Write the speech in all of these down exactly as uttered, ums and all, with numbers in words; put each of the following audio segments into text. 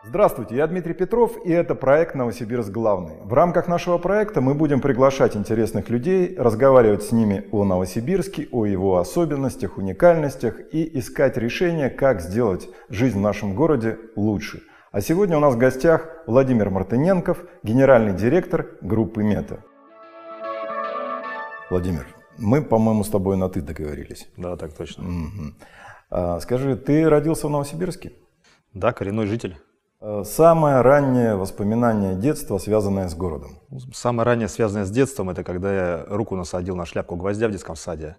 Здравствуйте, я Дмитрий Петров, и это проект «Новосибирск главный». В рамках нашего проекта мы будем приглашать интересных людей, разговаривать с ними о Новосибирске, о его особенностях, уникальностях и искать решения, как сделать жизнь в нашем городе лучше. А сегодня у нас в гостях Владимир Мартыненков, генеральный директор группы «Мета». Владимир, мы, по-моему, с тобой на «ты» договорились. Да, так точно. Угу. А, скажи, ты родился в Новосибирске? Да, коренной житель. Самое раннее воспоминание детства, связанное с городом? Самое раннее, связанное с детством, это когда я руку насадил на шляпку гвоздя в детском саде.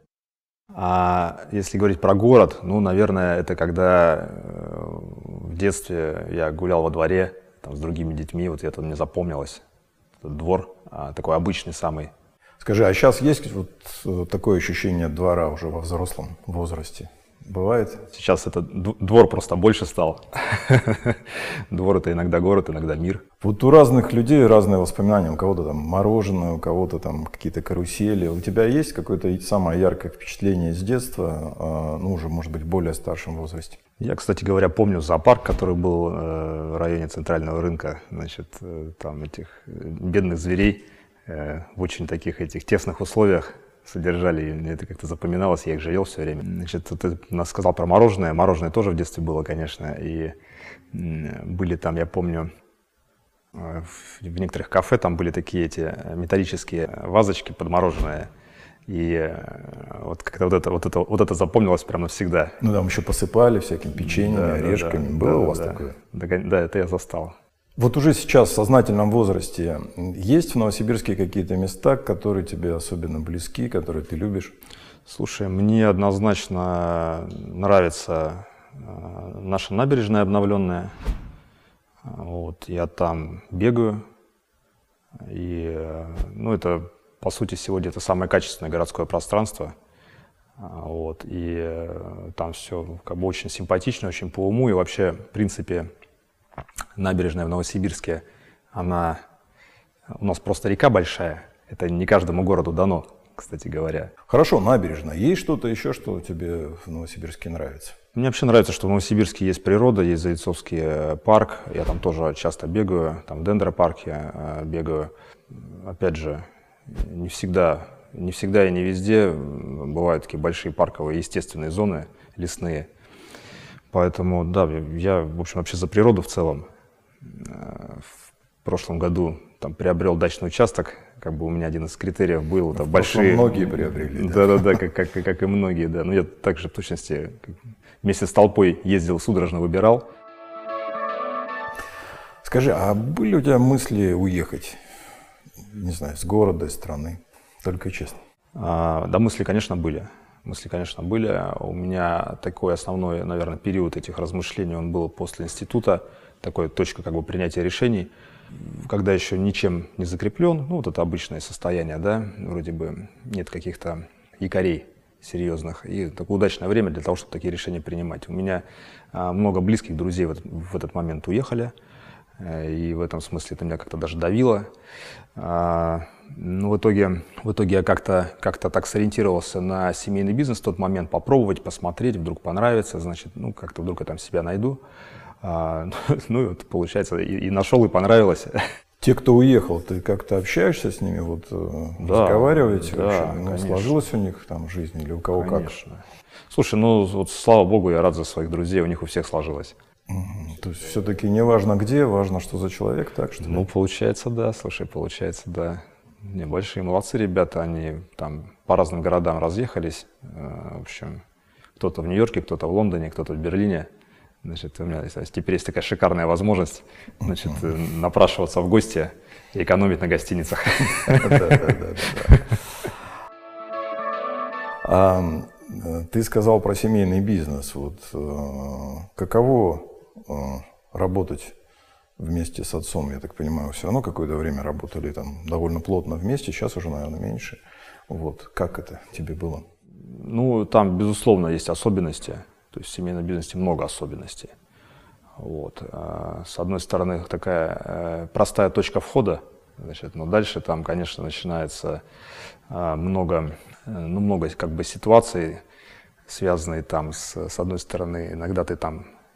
А если говорить про город, ну, наверное, это когда в детстве я гулял во дворе там, с другими детьми, вот это мне запомнилось. Этот двор такой обычный самый. Скажи, а сейчас есть вот такое ощущение двора уже во взрослом возрасте? Бывает? Сейчас это двор просто больше стал. Двор — это иногда город, иногда мир. Вот у разных людей разные воспоминания. У кого-то там мороженое, у кого-то там какие-то карусели. У тебя есть какое-то самое яркое впечатление с детства, ну уже, может быть, в более старшем возрасте? Я, кстати говоря, помню зоопарк, который был в районе центрального рынка. Значит, там этих бедных зверей в очень таких этих тесных условиях содержали, и мне это как-то запоминалось, я их жалел все время. Значит, ты нас сказал про мороженое. Мороженое тоже в детстве было, конечно, и были там, я помню, в некоторых кафе там были такие эти металлические вазочки под мороженое, и вот как-то вот это, вот это, вот это запомнилось прямо навсегда. Ну там еще посыпали всякими печеньями, да, орешками. Да, да, было да, у вас да, такое? Да, да, это я застал. Вот уже сейчас в сознательном возрасте есть в Новосибирске какие-то места, которые тебе особенно близки, которые ты любишь? Слушай, мне однозначно нравится наша набережная обновленная. Вот, я там бегаю. И, ну, это, по сути, сегодня это самое качественное городское пространство. Вот, и там все как бы очень симпатично, очень по уму. И вообще, в принципе, набережная в Новосибирске, она, у нас просто река большая, это не каждому городу дано, кстати говоря. Хорошо, набережная. Есть что-то еще, что тебе в Новосибирске нравится? Мне вообще нравится, что в Новосибирске есть природа, есть Зайцовский парк, я там тоже часто бегаю, там в дендропарке бегаю. Опять же, не всегда, не всегда и не везде бывают такие большие парковые естественные зоны, лесные. Поэтому, да, я, в общем, вообще за природу в целом. В прошлом году там приобрел дачный участок, как бы у меня один из критериев был. Это большие... Многие приобрели. Да-да-да, как, как, как и многие, да. Но я также в точности вместе с толпой ездил, судорожно выбирал. Скажи, а были у тебя мысли уехать, не знаю, с города, из страны? Только честно. А, да, мысли, конечно, были. Мысли, конечно, были. У меня такой основной, наверное, период этих размышлений, он был после института, такой точка как бы принятия решений, когда еще ничем не закреплен, ну вот это обычное состояние, да, вроде бы нет каких-то якорей серьезных, и такое удачное время для того, чтобы такие решения принимать. У меня а, много близких друзей в этот, в этот момент уехали, и в этом смысле это меня как-то даже давило. А, ну, в итоге, в итоге я как-то как-то так сориентировался на семейный бизнес в тот момент, попробовать, посмотреть, вдруг понравится, значит, ну, как-то вдруг я там себя найду. А, ну, и вот, получается, и, и нашел, и понравилось. Те, кто уехал, ты как-то общаешься с ними, вот, да, разговариваете да, вообще? Ну, конечно. Сложилась у них там жизнь или у кого Конечно. как? Слушай, ну, вот слава богу, я рад за своих друзей, у них у всех сложилось. Угу. То есть все-таки не важно где, важно, что за человек, так что ли? Ну, получается, да, слушай, получается, да. Не, большие молодцы ребята, они там по разным городам разъехались. В общем, кто-то в Нью-Йорке, кто-то в Лондоне, кто-то в Берлине. Значит, у меня теперь есть такая шикарная возможность, значит, напрашиваться в гости и экономить на гостиницах. Ты сказал про семейный бизнес. Вот каково работать вместе с отцом? Я так понимаю, все равно какое-то время работали там довольно плотно вместе, сейчас уже, наверное, меньше. Вот как это тебе было? Ну, там, безусловно, есть особенности. То есть в семейном бизнесе много особенностей. Вот. С одной стороны, такая простая точка входа, значит, но дальше там, конечно, начинается много, ну, много как бы ситуаций, связанные там с, с одной стороны, иногда ты там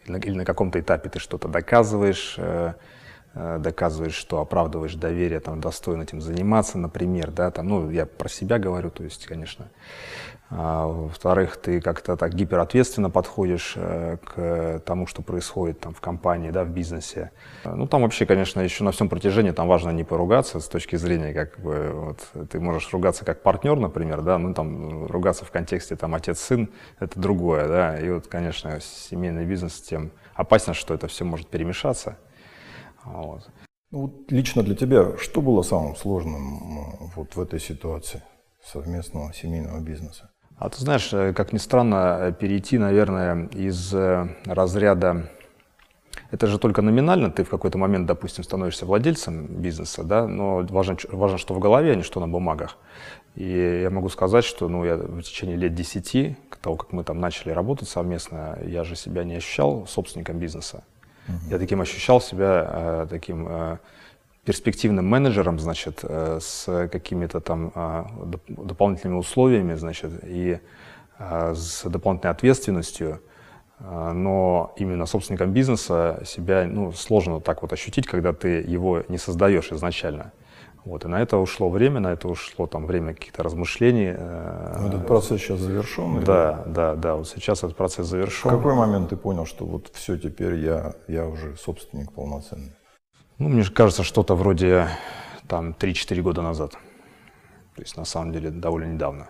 или на, или на каком-то этапе ты что-то доказываешь, э, э, доказываешь, что оправдываешь доверие, там, достойно этим заниматься, например, да, там, ну, я про себя говорю, то есть, конечно. А, во-вторых, ты как-то так гиперответственно подходишь э, к тому, что происходит там в компании, да, в бизнесе. Ну, там вообще, конечно, еще на всем протяжении там важно не поругаться с точки зрения, как бы, вот, ты можешь ругаться как партнер, например, да, ну, там, ругаться в контексте, там, отец-сын, это другое, да, и вот, конечно, семейный бизнес тем опасно, что это все может перемешаться. Вот. Ну, вот лично для тебя, что было самым сложным вот в этой ситуации совместного семейного бизнеса? А ты знаешь, как ни странно, перейти, наверное, из разряда... Это же только номинально, ты в какой-то момент, допустим, становишься владельцем бизнеса, да, но важно, важно, что в голове, а не что на бумагах. И я могу сказать, что ну, я в течение лет десяти, того, как мы там начали работать совместно, я же себя не ощущал собственником бизнеса. Uh-huh. Я таким ощущал себя э, таким... Э, перспективным менеджером, значит, с какими-то там дополнительными условиями, значит, и с дополнительной ответственностью, но именно собственником бизнеса себя, ну, сложно так вот ощутить, когда ты его не создаешь изначально. Вот, и на это ушло время, на это ушло там время каких-то размышлений. Но этот процесс сейчас завершен? Да, или? да, да, вот сейчас этот процесс завершен. В какой момент ты понял, что вот все, теперь я, я уже собственник полноценный? Ну, мне кажется, что-то вроде там три-четыре года назад. То есть, на самом деле, довольно недавно.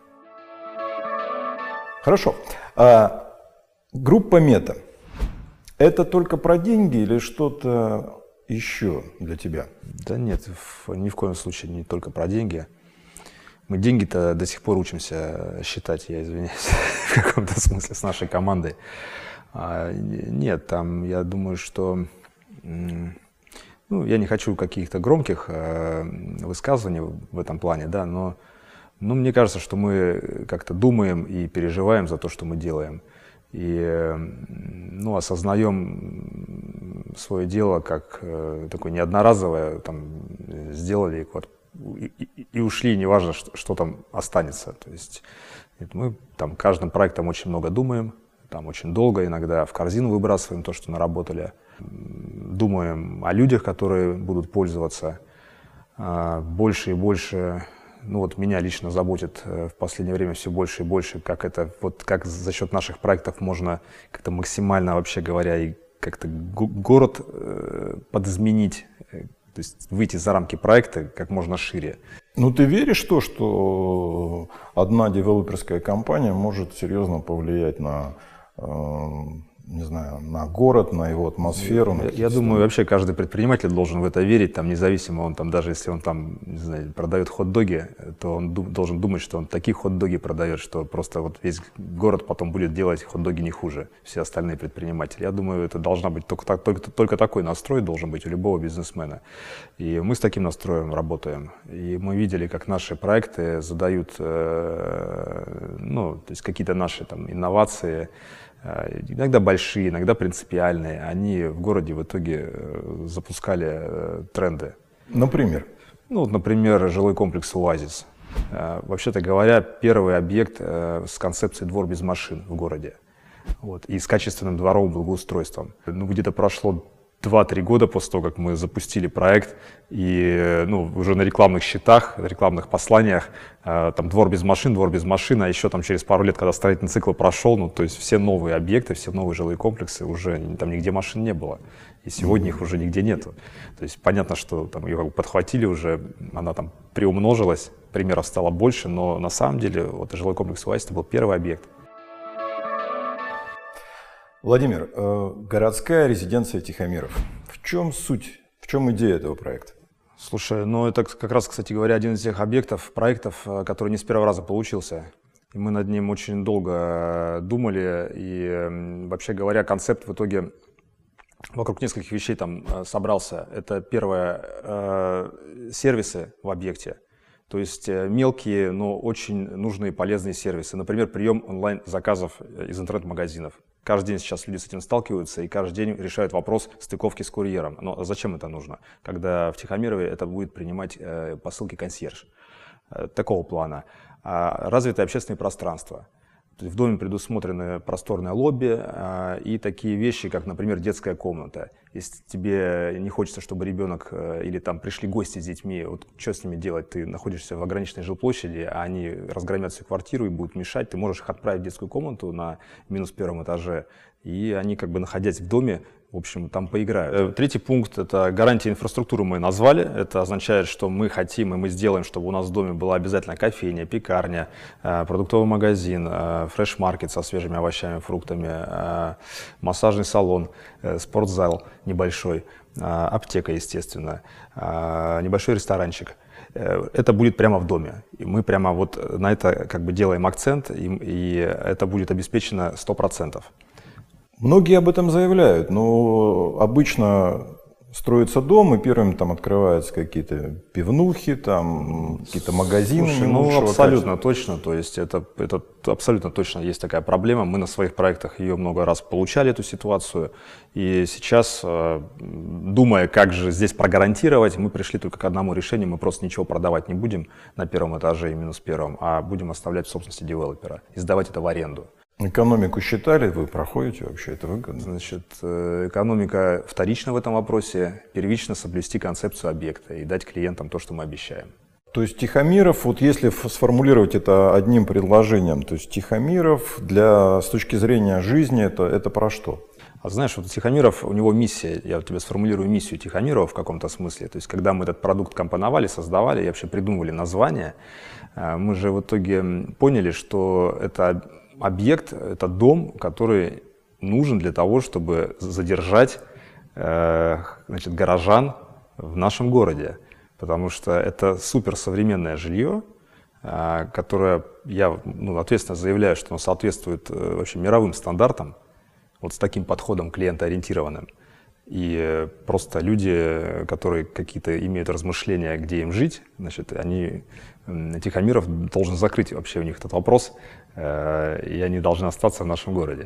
Хорошо. А, группа Мета. Это только про деньги или что-то еще для тебя? Да нет, ни в коем случае не только про деньги. Мы деньги-то до сих пор учимся считать, я извиняюсь, в каком-то смысле с нашей командой. А, нет, там, я думаю, что... Ну, я не хочу каких-то громких э, высказываний в этом плане, да, но, но мне кажется, что мы как-то думаем и переживаем за то, что мы делаем. И э, ну, осознаем свое дело как э, такое неодноразовое, там, сделали и, и, и ушли, неважно, что, что там останется. То есть мы там каждым проектом очень много думаем, там очень долго, иногда в корзину выбрасываем то, что наработали. Думаем о людях, которые будут пользоваться. Больше и больше, ну вот меня лично заботит в последнее время все больше и больше, как это, вот как за счет наших проектов можно как-то максимально, вообще говоря, и как-то город подизменить, то есть выйти за рамки проекта как можно шире. Ну ты веришь в то, что одна девелоперская компания может серьезно повлиять на... не знаю, на город, на его атмосферу? Я, я думаю, вообще каждый предприниматель должен в это верить, там, независимо, он там, даже если он там, не знаю, продает хот-доги, то он ду- должен думать, что он такие хот-доги продает, что просто вот весь город потом будет делать хот-доги не хуже, все остальные предприниматели. Я думаю, это должна быть только, только, только такой настрой должен быть у любого бизнесмена. И мы с таким настроем работаем. И мы видели, как наши проекты задают, э, ну, то есть какие-то наши там инновации, иногда большие, иногда принципиальные, они в городе в итоге запускали тренды. Например? Ну, вот, например, жилой комплекс «Оазис». Вообще-то говоря, первый объект с концепцией «двор без машин» в городе. Вот, и с качественным дворовым благоустройством. Ну, где-то прошло два-три года после того, как мы запустили проект, и ну, уже на рекламных счетах, на рекламных посланиях, э, там двор без машин, двор без машин, а еще там через пару лет, когда строительный цикл прошел, ну, то есть все новые объекты, все новые жилые комплексы, уже там нигде машин не было. И сегодня их уже нигде нету. То есть понятно, что там ее как бы подхватили уже, она там приумножилась, примеров стало больше, но на самом деле вот жилой комплекс «Оазис» это был первый объект. Владимир, городская резиденция Тихомиров. В чем суть, в чем идея этого проекта? Слушай, ну это как раз, кстати говоря, один из тех объектов, проектов, который не с первого раза получился. И мы над ним очень долго думали, и вообще говоря, концепт в итоге вокруг нескольких вещей там собрался. Это первое, сервисы в объекте. То есть мелкие, но очень нужные и полезные сервисы. Например, прием онлайн-заказов из интернет-магазинов. Каждый день сейчас люди с этим сталкиваются и каждый день решают вопрос стыковки с курьером. Но зачем это нужно, когда в Тихомирове это будет принимать посылки консьерж? Такого плана. Развитое общественное пространство. В доме предусмотрены просторное лобби э, и такие вещи, как, например, детская комната. Если тебе не хочется, чтобы ребенок э, или там пришли гости с детьми, вот что с ними делать? Ты находишься в ограниченной жилплощади, а они разгромят всю квартиру и будут мешать. Ты можешь их отправить в детскую комнату на минус первом этаже, и они, как бы находясь в доме, в общем, там поиграют. Третий пункт – это гарантия инфраструктуры мы назвали. Это означает, что мы хотим и мы сделаем, чтобы у нас в доме была обязательно кофейня, пекарня, продуктовый магазин, фреш-маркет со свежими овощами, фруктами, массажный салон, спортзал небольшой, аптека, естественно, небольшой ресторанчик. Это будет прямо в доме. И мы прямо вот на это как бы делаем акцент, и, и это будет обеспечено сто процентов. Многие об этом заявляют, но обычно строится дом, и первым там открываются какие-то пивнухи, там какие-то магазины. Слушай, ну абсолютно точно, то есть это, это абсолютно точно есть такая проблема. Мы на своих проектах ее много раз получали, эту ситуацию, и сейчас, думая, как же здесь прогарантировать, мы пришли только к одному решению: мы просто ничего продавать не будем на первом этаже и минус первом, а будем оставлять в собственности девелопера и сдавать это в аренду. Экономику считали, вы проходите вообще, это выгодно? Значит, экономика вторична в этом вопросе, первично соблюсти концепцию объекта и дать клиентам то, что мы обещаем. То есть Тихомиров, вот если сформулировать это одним предложением, то есть Тихомиров для, с точки зрения жизни, это, это про что? А знаешь, вот Тихомиров, у него миссия, я вот тебе сформулирую миссию Тихомирова в каком-то смысле. То есть когда мы этот продукт компоновали, создавали и вообще придумывали название, мы же в итоге поняли, что это объект, это дом, который нужен для того, чтобы задержать э, значит, горожан в нашем городе. Потому что это суперсовременное жилье, э, которое, я ну, ответственно заявляю, что оно соответствует э, вообще мировым стандартам, вот с таким подходом клиентоориентированным. И э, просто люди, которые какие-то имеют размышления, где им жить, значит, они, э, Тихомиров должен закрыть вообще у них этот вопрос, и они должны остаться в нашем городе.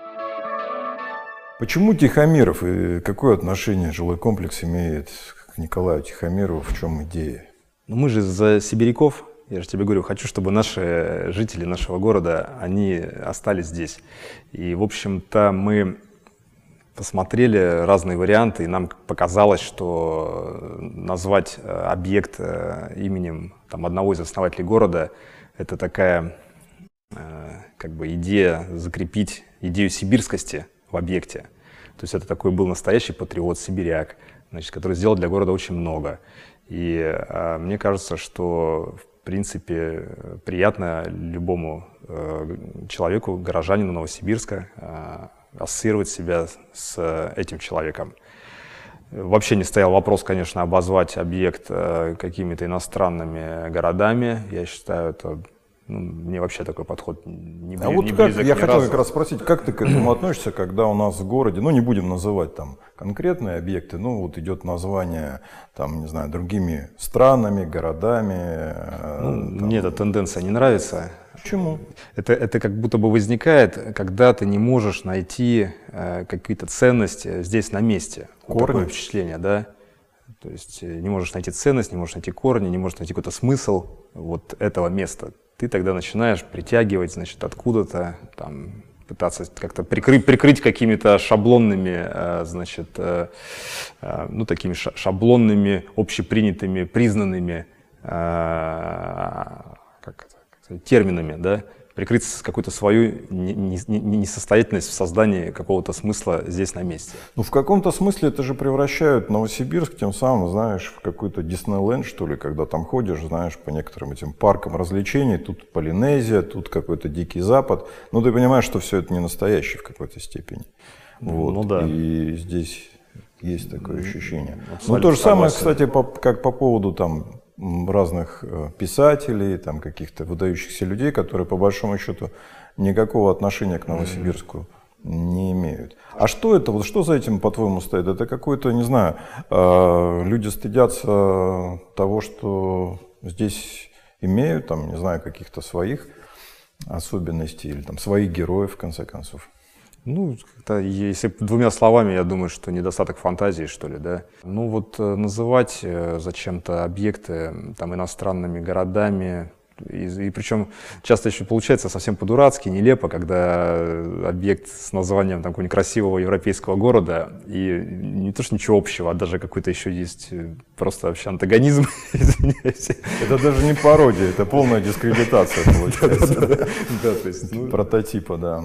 Почему Тихомиров и какое отношение жилой комплекс имеет к Николаю Тихомирову, в чем идея? Ну, мы же за сибиряков, я же тебе говорю, хочу, чтобы наши жители нашего города, они остались здесь. И, в общем-то, мы посмотрели разные варианты, и нам показалось, что назвать объект именем там, одного из основателей города – это такая как бы идея закрепить идею сибирскости в объекте. То есть это такой был настоящий патриот, сибиряк, значит, который сделал для города очень много. И а, мне кажется, что в принципе приятно любому э, человеку, горожанину Новосибирска, э, ассоциировать себя с этим человеком. Вообще не стоял вопрос, конечно, обозвать объект э, какими-то иностранными городами. Я считаю, это Ну, мне вообще такой подход не, а не вот близок. Как, я хотел разу. как раз спросить, как ты к этому относишься, когда у нас в городе, ну не будем называть там конкретные объекты, ну вот идет название там, не знаю, другими странами, городами. Ну, там. Мне эта тенденция не нравится. Почему? Это, это как будто бы возникает, когда ты не можешь найти э, какие-то ценности здесь на месте. Вот такое впечатление, да? То есть не можешь найти ценность, не можешь найти корни, не можешь найти какой-то смысл вот этого места. Ты тогда начинаешь притягивать, значит, откуда-то, там, пытаться как-то прикрыть, прикрыть какими-то шаблонными, значит, ну, такими шаблонными, общепринятыми, признанными как это, терминами, да, прикрыть какую-то свою несостоятельность в создании какого-то смысла здесь на месте. Ну, в каком-то смысле это же превращают Новосибирск тем самым, знаешь, в какой-то Диснейленд, что ли, когда там ходишь, знаешь, по некоторым этим паркам развлечений, тут Полинезия, тут какой-то Дикий Запад. Ну, ты понимаешь, что все это не настоящее в какой-то степени. Вот. Ну, да. И здесь есть такое ощущение. Абсолютно Ну, то же самое, согласен. кстати, по, как по поводу там разных писателей, там каких-то выдающихся людей, которые по большому счету никакого отношения к Новосибирску не имеют. А что это, вот что за этим, по-твоему, стоит? Это какой-то, не знаю, люди стыдятся того, что здесь имеют, там, не знаю, каких-то своих особенностей или там своих героев, в конце концов. Ну, это, если двумя словами, я думаю, что недостаток фантазии, что ли, да. Ну вот называть зачем-то объекты там иностранными городами, И, и причем часто еще получается совсем по-дурацки, нелепо, когда объект с названием там, какого-нибудь красивого европейского города, и не то что ничего общего, а даже какой-то еще есть просто вообще антагонизм. Это даже не пародия, это полная дискредитация получается. Прототипа, да.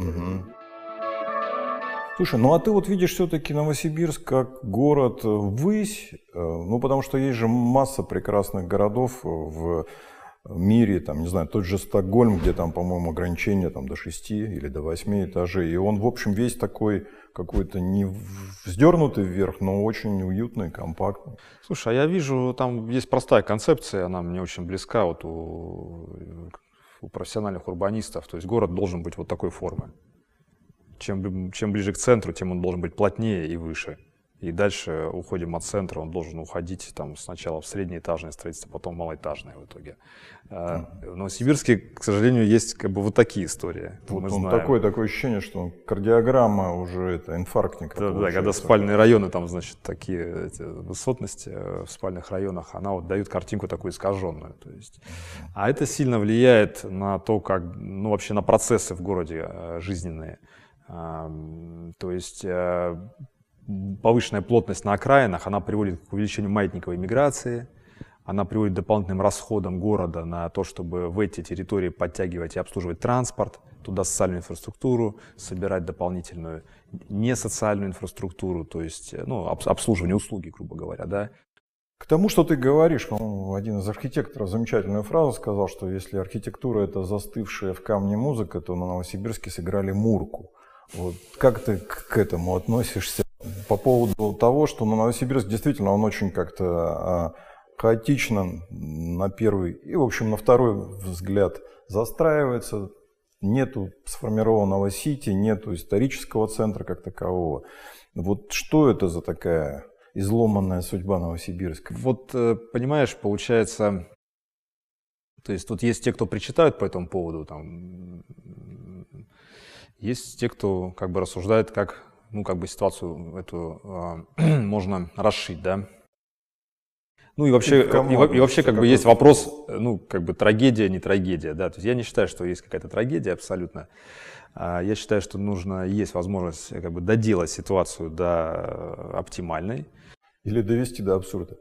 Слушай, ну а ты вот видишь все-таки Новосибирск как город ввысь, ну потому что есть же масса прекрасных городов в мире, там, не знаю, тот же Стокгольм, где там, по-моему, ограничения там до шести или до восьми этажей, и он, в общем, весь такой какой-то не вздернутый вверх, но очень уютный, компактный. Слушай, а я вижу, там есть простая концепция, она мне очень близка вот у, у профессиональных урбанистов, то есть город должен быть вот такой формы. Чем, чем ближе к центру, тем он должен быть плотнее и выше. И дальше уходим от центра, он должен уходить там, сначала в среднеэтажное строительство, потом в малоэтажное в итоге. В Новосибирске, к сожалению, есть как бы вот такие истории. Вот мы он знаем. Такое, такое ощущение, что кардиограмма уже это инфарктника. Да, да, когда спальные районы, там, значит, такие эти, высотности в спальных районах, она вот дает картинку такую искаженную. То есть. А это сильно влияет на то, как, ну, вообще на процессы в городе жизненные. То есть повышенная плотность на окраинах, она приводит к увеличению маятниковой миграции, она приводит к дополнительным расходам города на то, чтобы в эти территории подтягивать и обслуживать транспорт, туда социальную инфраструктуру, собирать дополнительную несоциальную инфраструктуру, то есть ну, обслуживание услуги, грубо говоря, да. К тому, что ты говоришь, по-моему, один из архитекторов замечательную фразу сказал, что если архитектура – это застывшая в камне музыка, то на Новосибирске сыграли мурку. Вот как ты к этому относишься? По поводу того, что ну, Новосибирск действительно он очень как-то а, хаотично на первый и, в общем, на второй взгляд застраивается. Нету сформированного сити, нету исторического центра как такового. Вот что это за такая изломанная судьба Новосибирска? Вот, понимаешь, получается, то есть тут есть те, кто причитают по этому поводу, там, есть те, кто как бы рассуждает, как, ну, как бы ситуацию эту э, можно расшить, да. Ну и вообще, и, и, и вообще как бы есть вопрос, ну, как бы трагедия, не трагедия, да. То есть я не считаю, что есть какая-то трагедия абсолютно. Я считаю, что нужно, есть возможность как бы доделать ситуацию до оптимальной. Или довести до абсурда.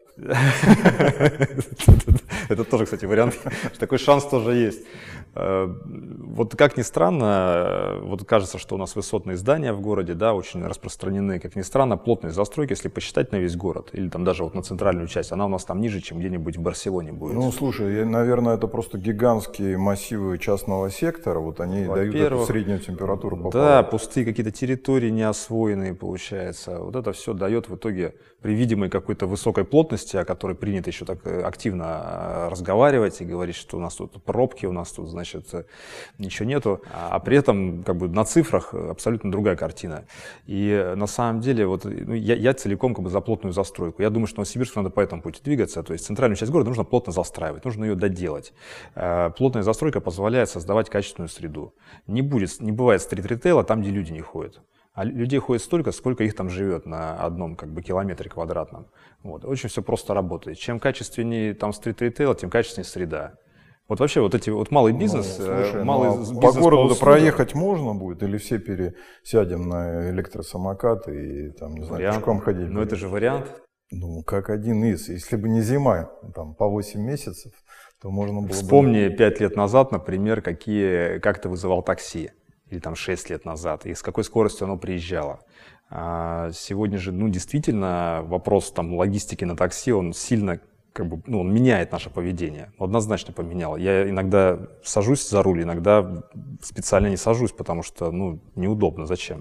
Это тоже, кстати, вариант. Такой шанс тоже есть. Вот как ни странно, вот кажется, что у нас высотные здания в городе, да, очень распространены. Как ни странно, плотность застройки, если посчитать на весь город, или там даже вот на центральную часть, она у нас там ниже, чем где-нибудь в Барселоне будет. Ну, слушай, наверное, это просто гигантские массивы частного сектора, вот они дают эту среднюю температуру по Да, пустые какие-то территории неосвоенные, получается. Вот это все дает в итоге при видимой какой-то высокой плотности, о которой принято еще так активно разговаривать и говорить, что у нас тут пробки, у нас тут, значит, ничего нету, а при этом как бы на цифрах абсолютно другая картина. И на самом деле вот, ну, я, я целиком как бы за плотную застройку. Я думаю, что Новосибирску надо по этому пути двигаться, то есть центральную часть города нужно плотно застраивать, нужно ее доделать. Плотная застройка позволяет создавать качественную среду. Не будет, не бывает стрит-ритейла там, где люди не ходят. А людей ходит столько, сколько их там живет на одном как бы, километре квадратном. Вот. Очень все просто работает. Чем качественнее там стрит-ритейл, тем качественнее среда. Вот вообще вот эти вот малый бизнес, ну, слушай, малый ну, бизнес по городу проехать можно будет, или все пересядем на электросамокаты и там, не знаю, вариант. Пешком ходить? Ну это же вариант. Ну, как один из. Если бы не зима, там, по восемь месяцев, то можно было Вспомни бы... пять лет назад, например, какие, как ты вызывал такси. Или там шесть лет назад, и с какой скоростью оно приезжало. А сегодня же, ну, действительно, вопрос там логистики на такси, он сильно, как бы, ну, он меняет наше поведение, однозначно поменял. Я иногда сажусь за руль, иногда специально не сажусь, потому что, ну, неудобно, зачем?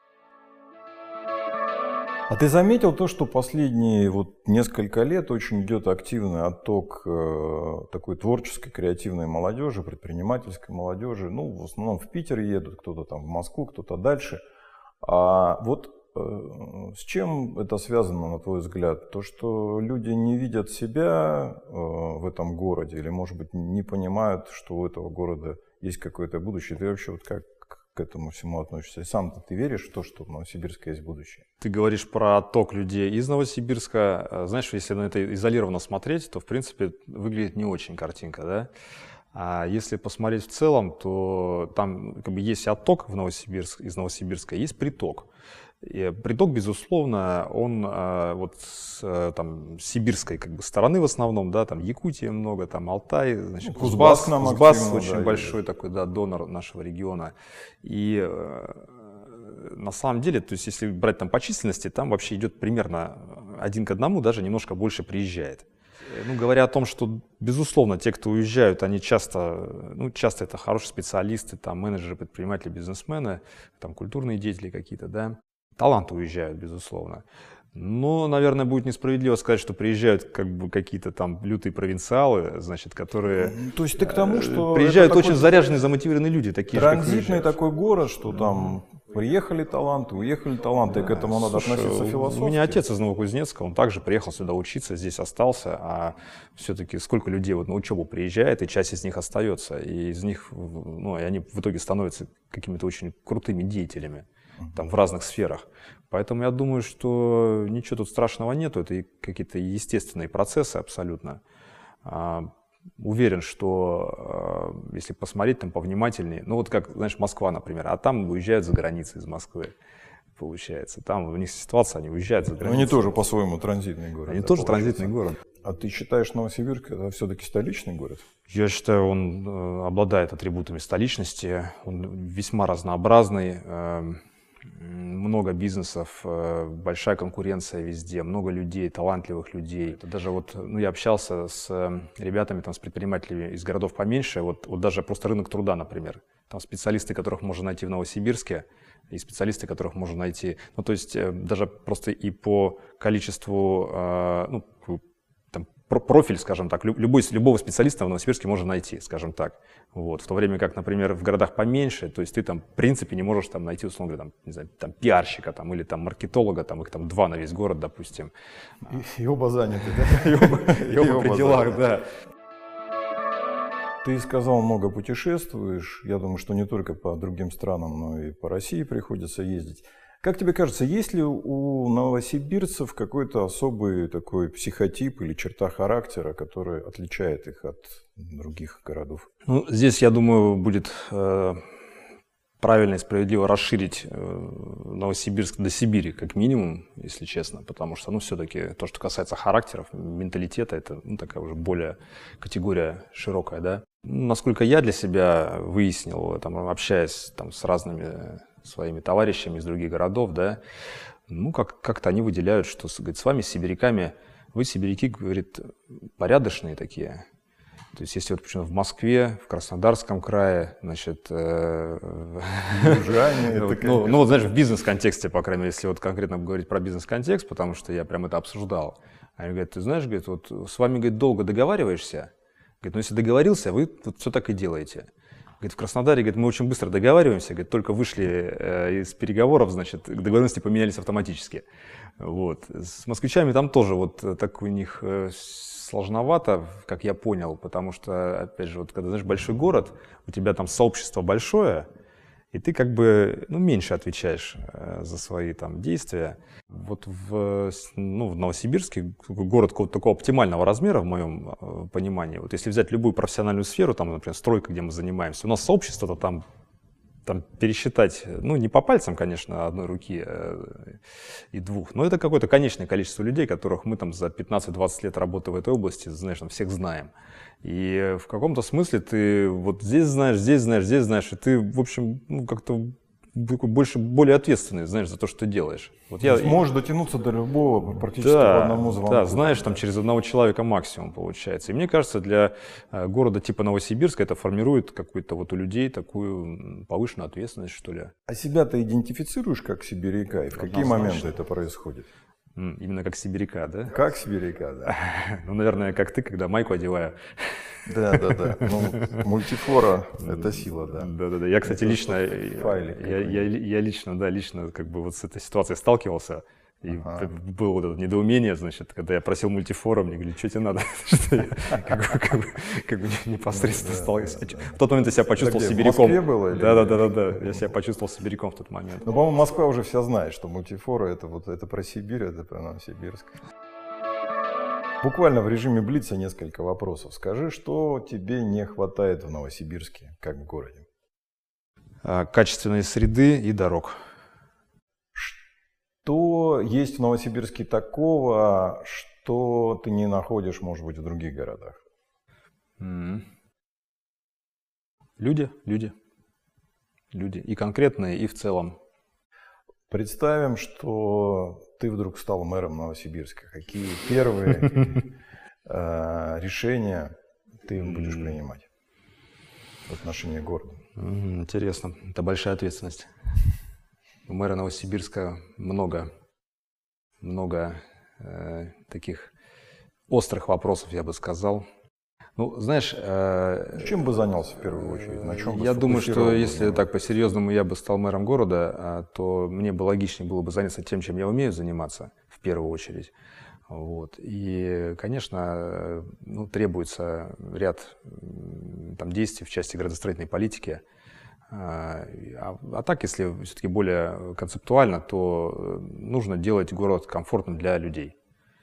А ты заметил то, что последние вот несколько лет очень идет активный отток э, такой творческой, креативной молодежи, предпринимательской молодежи. Ну, в основном в Питер едут, кто-то там в Москву, кто-то дальше. А вот э, с чем это связано, на твой взгляд? То, что люди не видят себя э, в этом городе или, может быть, не понимают, что у этого города есть какое-то будущее? Ты вообще вот как к этому всему относишься? И сам-то ты веришь в то, что в Новосибирске есть будущее? Ты говоришь про отток людей из Новосибирска. Знаешь, если на это изолированно смотреть, то, в принципе, выглядит не очень картинка, да? А если посмотреть в целом, то там как бы есть отток в Новосибирск, из Новосибирска, есть приток. И приток, безусловно, он а, вот с там, сибирской как бы стороны в основном, да, там Якутии много, там Алтай, значит, ну, Кузбасс, Кузбасс, Кузбасс очень да, большой такой, да, донор нашего региона. И э, на самом деле, то есть если брать там по численности, там вообще идет примерно один к одному, даже немножко больше приезжает. Ну, говоря о том, что, безусловно, те, кто уезжают, они часто, ну, часто это хорошие специалисты, там, менеджеры, предприниматели, бизнесмены, там, культурные деятели какие-то, да. Таланты уезжают, безусловно. Но, наверное, будет несправедливо сказать, что приезжают как бы какие-то там лютые провинциалы, значит, которые... То есть ты к тому, что... Приезжают очень заряженные, замотивированные люди, такие транзитный же, такой город, что там приехали таланты, уехали таланты, и к этому надо Слушай, относиться философски. У меня отец из Новокузнецка, он также приехал сюда учиться, здесь остался, а все-таки сколько людей вот на учебу приезжает, и часть из них остается, и из них, ну, и они в итоге становятся какими-то очень крутыми деятелями. Там в разных сферах. Поэтому я думаю, что ничего тут страшного нету, это какие-то естественные процессы абсолютно. А, уверен, что а, если посмотреть там повнимательнее, ну вот как, знаешь, Москва, например, а там уезжают за границу из Москвы, получается. Там у них ситуация, они уезжают за границу. Но они тоже по-своему транзитный город. Они тоже транзитный город. А ты считаешь, Новосибирск это все-таки столичный город? Я считаю, он э, обладает атрибутами столичности, он весьма разнообразный. Э, Много бизнесов, большая конкуренция везде, много людей, талантливых людей. Это даже вот, ну, я общался с ребятами, там, с предпринимателями из городов поменьше, вот, вот даже просто рынок труда, например. Там специалисты, которых можно найти в Новосибирске, и специалисты, которых можно найти, ну, то есть даже просто и по количеству, ну, там, профиль, скажем так, любой, любого специалиста в Новосибирске можно найти, скажем так. Вот. В то время как, например, в городах поменьше, то есть ты там, в принципе, не можешь там найти, условно говоря, там, не знаю, там, пиарщика там, или там, маркетолога, там, их там два на весь город, допустим. И, и оба заняты, да? И оба при делах, да. Ты сказал, много путешествуешь. Я думаю, что не только по другим странам, но и по России приходится ездить. Как тебе кажется, есть ли у новосибирцев какой-то особый такой психотип или черта характера, которая отличает их от других городов? Ну, здесь, я думаю, будет э, правильно и справедливо расширить э, Новосибирск до Сибири, как минимум, если честно, потому что, ну, все-таки то, что касается характеров, менталитета, это, ну, такая уже более категория широкая, да. Насколько я для себя выяснил, там, общаясь там, с разными своими товарищами из других городов, да, ну, как, как-то они выделяют, что, говорит, с вами, с сибиряками, вы, сибиряки, говорит, порядочные такие. То есть, если вот почему в Москве, в Краснодарском крае, значит, э, ну, ну, вот, знаешь, в бизнес-контексте, по крайней мере, если вот конкретно говорить про бизнес-контекст, потому что я прям это обсуждал, они говорят, ты знаешь, говорит, вот с вами, говорит, долго договариваешься, говорит, ну, если договорился, вы вот все так и делаете. Говорит, в Краснодаре, говорит, мы очень быстро договариваемся, говорит, только вышли э, из переговоров, значит, договоренности поменялись автоматически. Вот. С москвичами там тоже вот так у них э, сложновато, как я понял, потому что, опять же, вот когда, знаешь, большой город, у тебя там сообщество большое, и ты как бы, ну, меньше отвечаешь э, за свои там действия. Вот в, ну, в Новосибирске город такого оптимального размера, в моем э, понимании. Вот если взять любую профессиональную сферу, там, например, стройка, где мы занимаемся, у нас сообщество-то там, там пересчитать, ну, не по пальцам, конечно, одной руки э, и двух, но это какое-то конечное количество людей, которых мы там за пятнадцать-двадцать лет работы в этой области, знаешь, там, всех знаем. И в каком-то смысле ты вот здесь знаешь, здесь знаешь, здесь знаешь, и ты, в общем, ну, как-то больше, более ответственный, знаешь, за то, что ты делаешь. Вот я, можешь дотянуться до любого практически да, по одному звонку. Да, знаешь, там через одного человека максимум получается. И мне кажется, для города типа Новосибирска это формирует какую-то вот у людей такую повышенную ответственность, что ли. А себя ты идентифицируешь как сибиряка? И в какие моменты это происходит? Именно как сибиряка, да? Как сибиряка, да. Ну, наверное, как ты, когда майку одеваю. Да, да, да. Ну, мультифора – это сила, да. Да, да, да. Я, кстати, лично, я, я, я лично, да, лично как бы вот с этой ситуацией сталкивался. И ага. было вот это недоумение, значит, когда я просил мультифора, мне говорили, что тебе надо? Что я как бы, как бы, как бы непосредственно сталкивался. В тот момент я себя почувствовал сибиряком. В Москве было? Да, да, да, да, да. Я себя почувствовал сибиряком в тот момент. Ну, по-моему, Москва уже вся знает, что мультифора это вот это про Сибирь, это про Новосибирск. Буквально в режиме блица несколько вопросов. Скажи, что тебе не хватает в Новосибирске, как в городе? Качественной среды и дорог. Что есть в Новосибирске такого, что ты не находишь, может быть, в других городах? Mm. Люди, люди. Люди. И конкретные, и в целом. Представим, что ты вдруг стал мэром Новосибирска. Какие первые э, решения ты будешь принимать в отношении города? Интересно. Это большая ответственность. У мэра Новосибирска много, много э, таких острых вопросов, я бы сказал. Ну, знаешь... Э, Чем бы занялся в первую очередь? На чем бы я думаю, что если так по-серьезному я бы стал мэром города, то мне бы логичнее было бы заняться тем, чем я умею заниматься в первую очередь. Вот. И, конечно, ну, требуется ряд там, действий в части градостроительной политики. А, а так, если все-таки более концептуально, то нужно делать город комфортным для людей.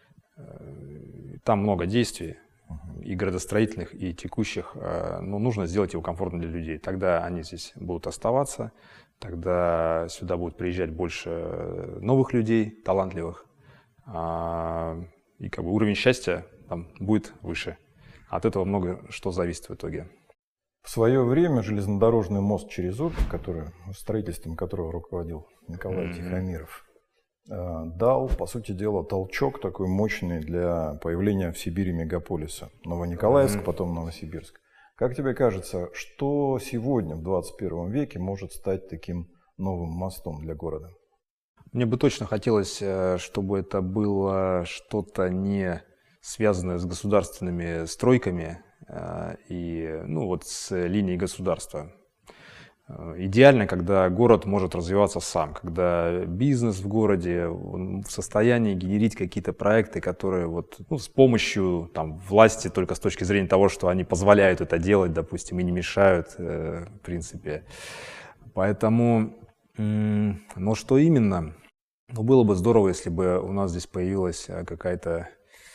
Там много действий, и градостроительных, и текущих, но нужно сделать его комфортным для людей. Тогда они здесь будут оставаться, тогда сюда будет приезжать больше новых людей, талантливых, и как бы уровень счастья там будет выше. От этого много что зависит в итоге. В свое время железнодорожный мост через Обь, который, строительством которого руководил Николай mm-hmm. Тихомиров, дал, по сути дела, толчок такой мощный для появления в Сибири мегаполиса. Новониколаевск, mm-hmm. потом Новосибирск. Как тебе кажется, что сегодня, в двадцать первом веке, может стать таким новым мостом для города? Мне бы точно хотелось, чтобы это было что-то не связанное с государственными стройками и ну, вот с линией государства. Идеально, когда город может развиваться сам, когда бизнес в городе в состоянии генерить какие-то проекты, которые вот, ну, с помощью там, власти, только с точки зрения того, что они позволяют это делать, допустим, и не мешают, э, в принципе. Поэтому, э, но что именно? Ну, было бы здорово, если бы у нас здесь появилась какая-то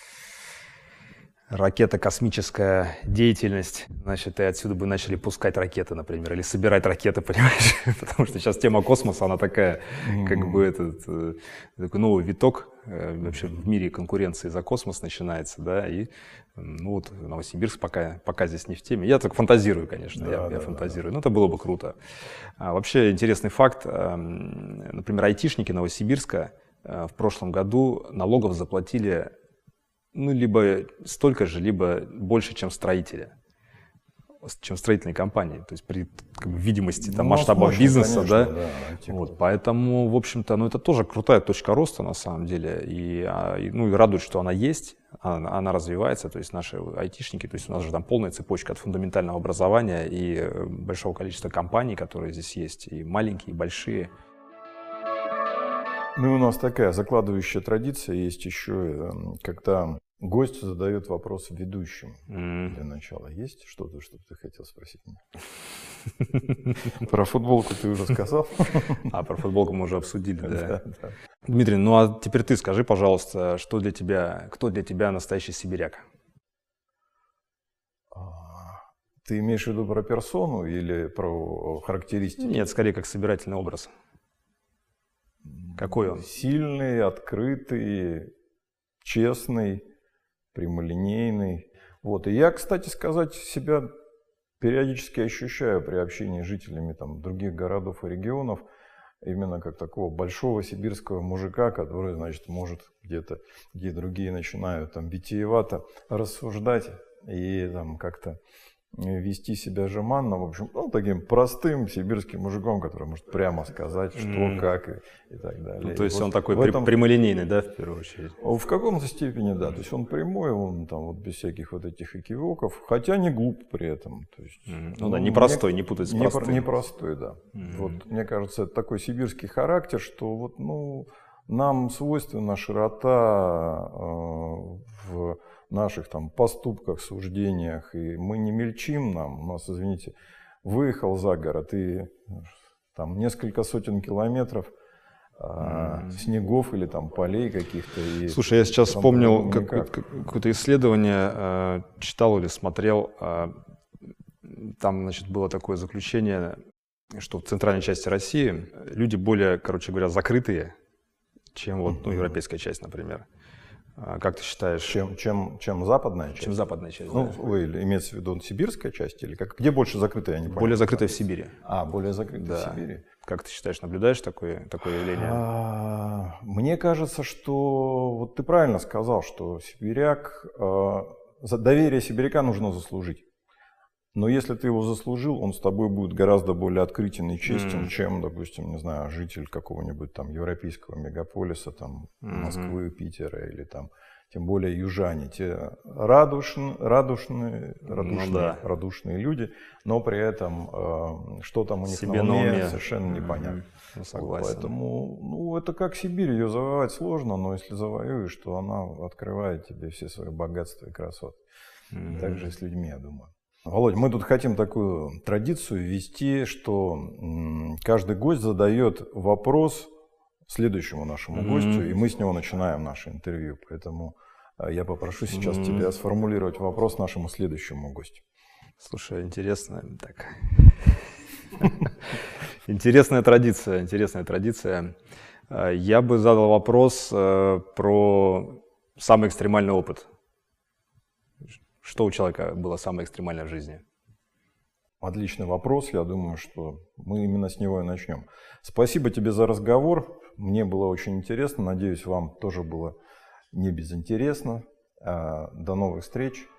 ракето-космическая деятельность, значит, и отсюда бы начали пускать ракеты, например, или собирать ракеты, понимаешь? Потому что сейчас тема космоса, она такая, mm-hmm. как бы этот такой новый виток вообще в мире конкуренции за космос начинается, да, и ну вот Новосибирск пока, пока здесь не в теме. Я так фантазирую, конечно, да, я, да, я фантазирую, да. Но это было бы круто. А вообще интересный факт, например, айтишники Новосибирска в прошлом году налогов заплатили ну, либо столько же, либо больше, чем строители, чем строительные компании. То есть при как бы, видимости там, ну, масштаба мощно, бизнеса, конечно, да. да вот, поэтому, в общем-то, ну, это тоже крутая точка роста на самом деле. И, и, ну, и радует, что она есть, она, она развивается. То есть наши айтишники, то есть у нас же там полная цепочка от фундаментального образования и большого количества компаний, которые здесь есть, и маленькие, и большие. Ну, у нас такая закладывающая традиция есть еще, когда гость задает вопрос ведущему. Mm. Для начала. Есть что-то, что ты хотел спросить меня? Про футболку ты уже сказал. А, про футболку мы уже обсудили, да. Дмитрий, ну а теперь ты скажи, пожалуйста, что для тебя, кто для тебя настоящий сибиряк? Ты имеешь в виду про персону или про характеристики? Нет, скорее как собирательный образ. Какой он? Сильный, открытый, честный, прямолинейный. Вот. И я, кстати сказать, себя периодически ощущаю при общении с жителями там, других городов и регионов именно как такого большого сибирского мужика, который, значит, может где-то, где другие начинают там витиевато рассуждать и там как-то вести себя жеманно, в общем, ну, таким простым сибирским мужиком, который может прямо сказать, что, mm. как и, и так далее. Ну, то есть вот он такой при, этом... прямолинейный, да, в первую очередь? В каком-то степени, да. Mm. То есть он прямой, он там вот без всяких вот этих экивоков, хотя не глуп при этом. То есть, mm. Ну, ну да, непростой, не путать с простым. Непростой, да. Mm. Вот, мне кажется, это такой сибирский характер, что вот, ну, нам свойственна широта э, в наших там поступках, суждениях, и мы не мельчим нам, у нас, извините, выехал за город, и там несколько сотен километров а, mm-hmm. снегов или там полей каких-то. И слушай, я сейчас вспомнил как, какое-то исследование, читал или смотрел. Там, значит, было такое заключение, что в центральной части России люди более, короче говоря, закрытые, чем вот, ну, европейская часть, например. Как ты считаешь? Чем, чем, чем западная часть? Чем западная часть, ну, да. Вы имеется в виду сибирская часть? Или как? Где больше закрытая, я не понял. Более закрытая в Сибири. А, более закрытая да. в Сибири. Как ты считаешь, наблюдаешь такое, такое явление? А, мне кажется, что вот ты правильно сказал, что сибиряк, а, доверие сибиряка нужно заслужить. Но если ты его заслужил, он с тобой будет гораздо более открытен и честен, mm. чем, допустим, не знаю, житель какого-нибудь там европейского мегаполиса, там mm-hmm. Москвы, Питера или там, тем более южане. Те радушн, радушные, радушные, ну, да. радушные люди, но при этом э, что там у них себе на уме, на уме. совершенно непонятно. Mm-hmm. Ну, согласен. Вот, поэтому, ну, это как Сибирь, ее завоевать сложно, но если завоюешь, то она открывает тебе все свои богатства и красоты. Mm-hmm. Так же и с людьми, я думаю. Володь, мы тут хотим такую традицию ввести, что каждый гость задает вопрос следующему нашему mm-hmm. гостю, и мы с него начинаем наше интервью. Поэтому я попрошу сейчас mm-hmm. тебя сформулировать вопрос нашему следующему гостю. Слушай, интересно. Так. Интересная традиция, интересная традиция. Я бы задал вопрос про самый экстремальный опыт. Что у человека было самое экстремальное в жизни? Отличный вопрос. Я думаю, что мы именно с него и начнем. Спасибо тебе за разговор. Мне было очень интересно. Надеюсь, вам тоже было не безинтересно. До новых встреч.